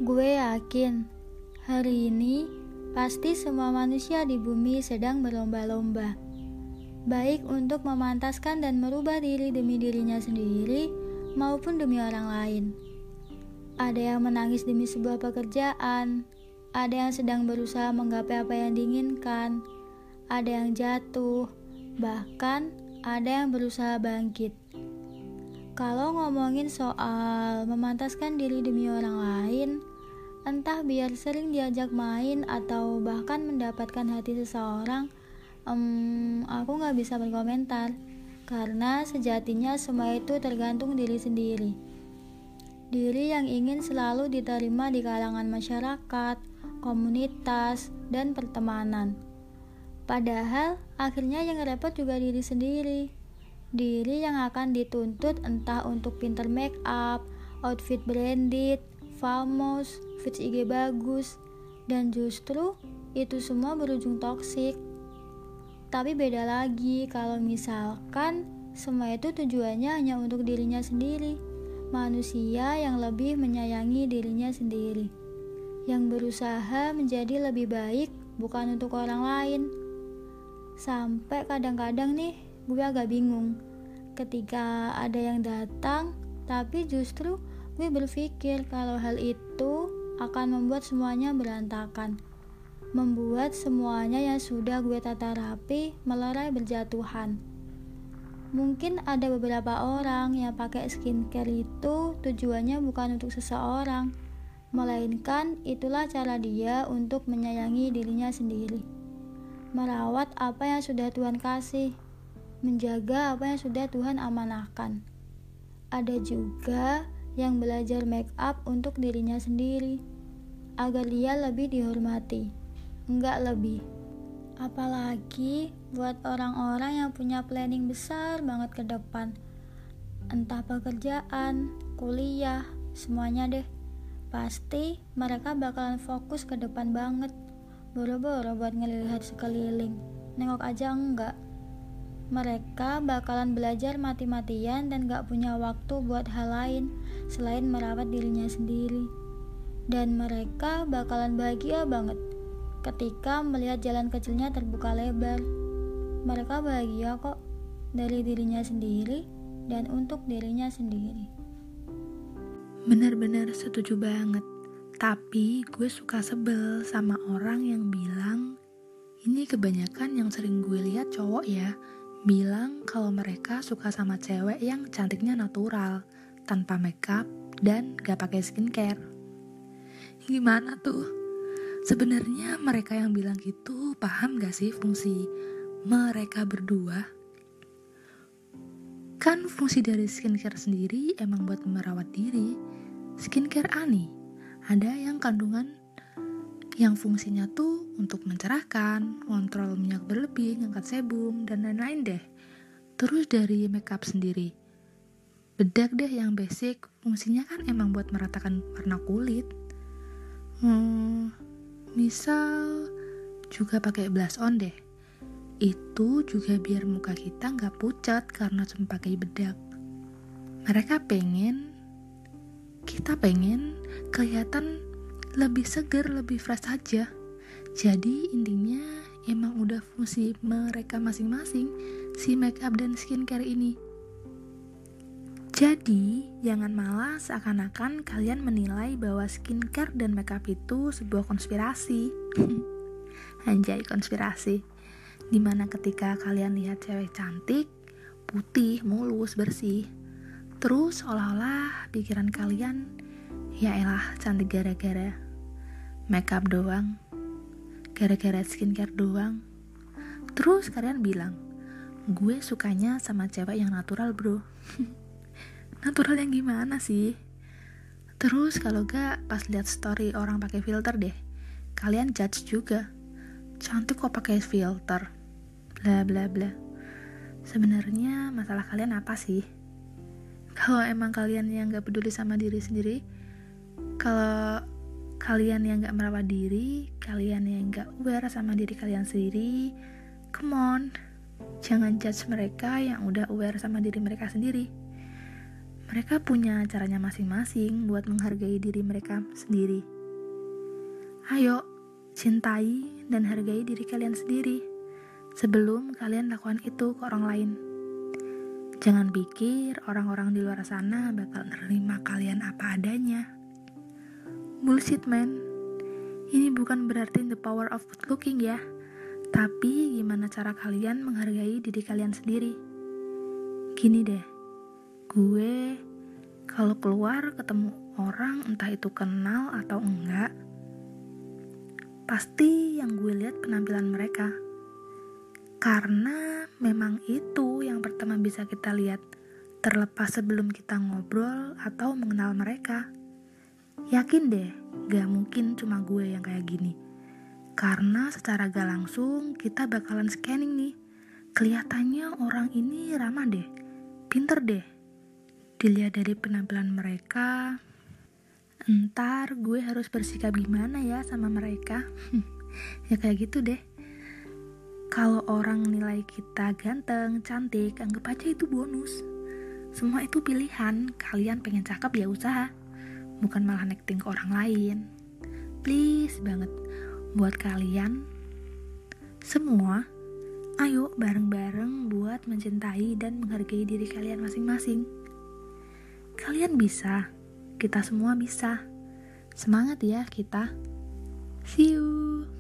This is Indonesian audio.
Gue yakin hari ini pasti semua manusia di bumi sedang berlomba-lomba, baik untuk memantaskan dan merubah diri demi dirinya sendiri maupun demi orang lain. Ada yang menangis demi sebuah pekerjaan, ada yang sedang berusaha menggapai apa yang diinginkan, ada yang jatuh, bahkan ada yang berusaha bangkit. Kalau ngomongin soal memantaskan diri demi orang lain, entah biar sering diajak main atau bahkan mendapatkan hati seseorang, aku gak bisa berkomentar, karena sejatinya semua itu tergantung diri sendiri. Diri yang ingin selalu diterima di kalangan masyarakat, komunitas, dan pertemanan. Padahal akhirnya yang repot juga diri sendiri. Diri yang akan dituntut entah untuk pinter make up, outfit branded, famous, feeds IG bagus, dan justru itu semua berujung toksik. Tapi beda lagi kalau misalkan semua itu tujuannya hanya untuk dirinya sendiri. Manusia yang lebih menyayangi dirinya sendiri, yang berusaha menjadi lebih baik bukan untuk orang lain. Sampai kadang-kadang nih gue agak bingung ketika ada yang datang, tapi justru gue berpikir kalau hal itu akan membuat semuanya berantakan, membuat semuanya yang sudah gue tata rapi melerai berjatuhan. Mungkin ada beberapa orang yang pakai skincare itu tujuannya bukan untuk seseorang, melainkan itulah cara dia untuk menyayangi dirinya sendiri, merawat apa yang sudah Tuhan kasih, menjaga apa yang sudah Tuhan amanahkan. Ada juga yang belajar make up untuk dirinya sendiri, agar dia lebih dihormati, enggak lebih. Apalagi buat orang-orang yang punya planning besar banget ke depan, entah pekerjaan, kuliah, semuanya deh. Pasti mereka bakalan fokus ke depan banget, boro-boro buat ngelihat sekeliling, nengok aja enggak. Mereka bakalan belajar mati-matian dan gak punya waktu buat hal lain selain merawat dirinya sendiri. Dan mereka bakalan bahagia banget ketika melihat jalan kecilnya terbuka lebar. Mereka bahagia kok, dari dirinya sendiri dan untuk dirinya sendiri. Benar-benar setuju banget. Tapi gue suka sebel sama orang yang bilang, ini kebanyakan yang sering gue lihat cowok ya, bilang kalau mereka suka sama cewek yang cantiknya natural, tanpa makeup dan gak pakai skincare. Gimana tuh? Sebenarnya mereka yang bilang gitu paham gak sih fungsi mereka berdua? Kan fungsi dari skincare sendiri emang buat merawat diri. Skincare ani, ada yang kandungan yang fungsinya tuh untuk mencerahkan, kontrol minyak berlebih, ngangkat sebum, dan lain-lain deh. Terus dari makeup sendiri, bedak deh yang basic, fungsinya kan emang buat meratakan warna kulit. Misal juga pakai blush on deh, itu juga biar muka kita gak pucat karena cuma pakai bedak. Kita pengen kelihatan lebih seger, lebih fresh aja. Jadi intinya emang udah fungsi mereka masing-masing, si makeup dan skincare ini. Jadi jangan malah seakan-akan kalian menilai bahwa skincare dan makeup itu sebuah konspirasi. Anjay, konspirasi. Dimana ketika kalian lihat cewek cantik, putih, mulus, bersih, terus seolah-olah pikiran kalian, ya elah cantik gara-gara makeup doang, gara-gara skincare doang. Terus kalian bilang, gue sukanya sama cewek yang natural bro. Natural yang gimana sih? Terus kalau gak pas lihat story orang pakai filter deh, kalian judge juga, cantik kok pakai filter, bla bla bla. Sebenarnya masalah kalian apa sih? Kalau emang kalian yang gak peduli sama diri sendiri, kalau kalian yang gak merawat diri, kalian yang gak aware sama diri kalian sendiri, come on, jangan judge mereka yang udah aware sama diri mereka sendiri. Mereka punya caranya masing-masing buat menghargai diri mereka sendiri. Ayo, cintai dan hargai diri kalian sendiri sebelum kalian lakukan itu ke orang lain. Jangan pikir orang-orang di luar sana bakal nerima kalian apa adanya. Bullshit, man. Ini bukan berarti the power of good looking ya, tapi gimana cara kalian menghargai diri kalian sendiri. Gini deh, gue kalau keluar ketemu orang, entah itu kenal atau enggak, pasti yang gue lihat penampilan mereka. Karena memang itu yang pertama bisa kita lihat, terlepas sebelum kita ngobrol atau mengenal mereka. Yakin deh, gak mungkin cuma gue yang kayak gini. Karena secara gak langsung kita bakalan scanning nih. Kelihatannya orang ini ramah deh, pinter deh. Dilihat dari penampilan mereka, entar gue harus bersikap gimana ya sama mereka. Ya kayak gitu deh. Kalau orang nilai kita ganteng, cantik, anggap aja itu bonus. Semua itu pilihan. Kalian pengen cakep ya usaha, bukan malah nekting ke orang lain. Please banget, buat kalian semua, ayo bareng-bareng buat mencintai dan menghargai diri kalian masing-masing. Kalian bisa, kita semua bisa. Semangat ya kita. See you.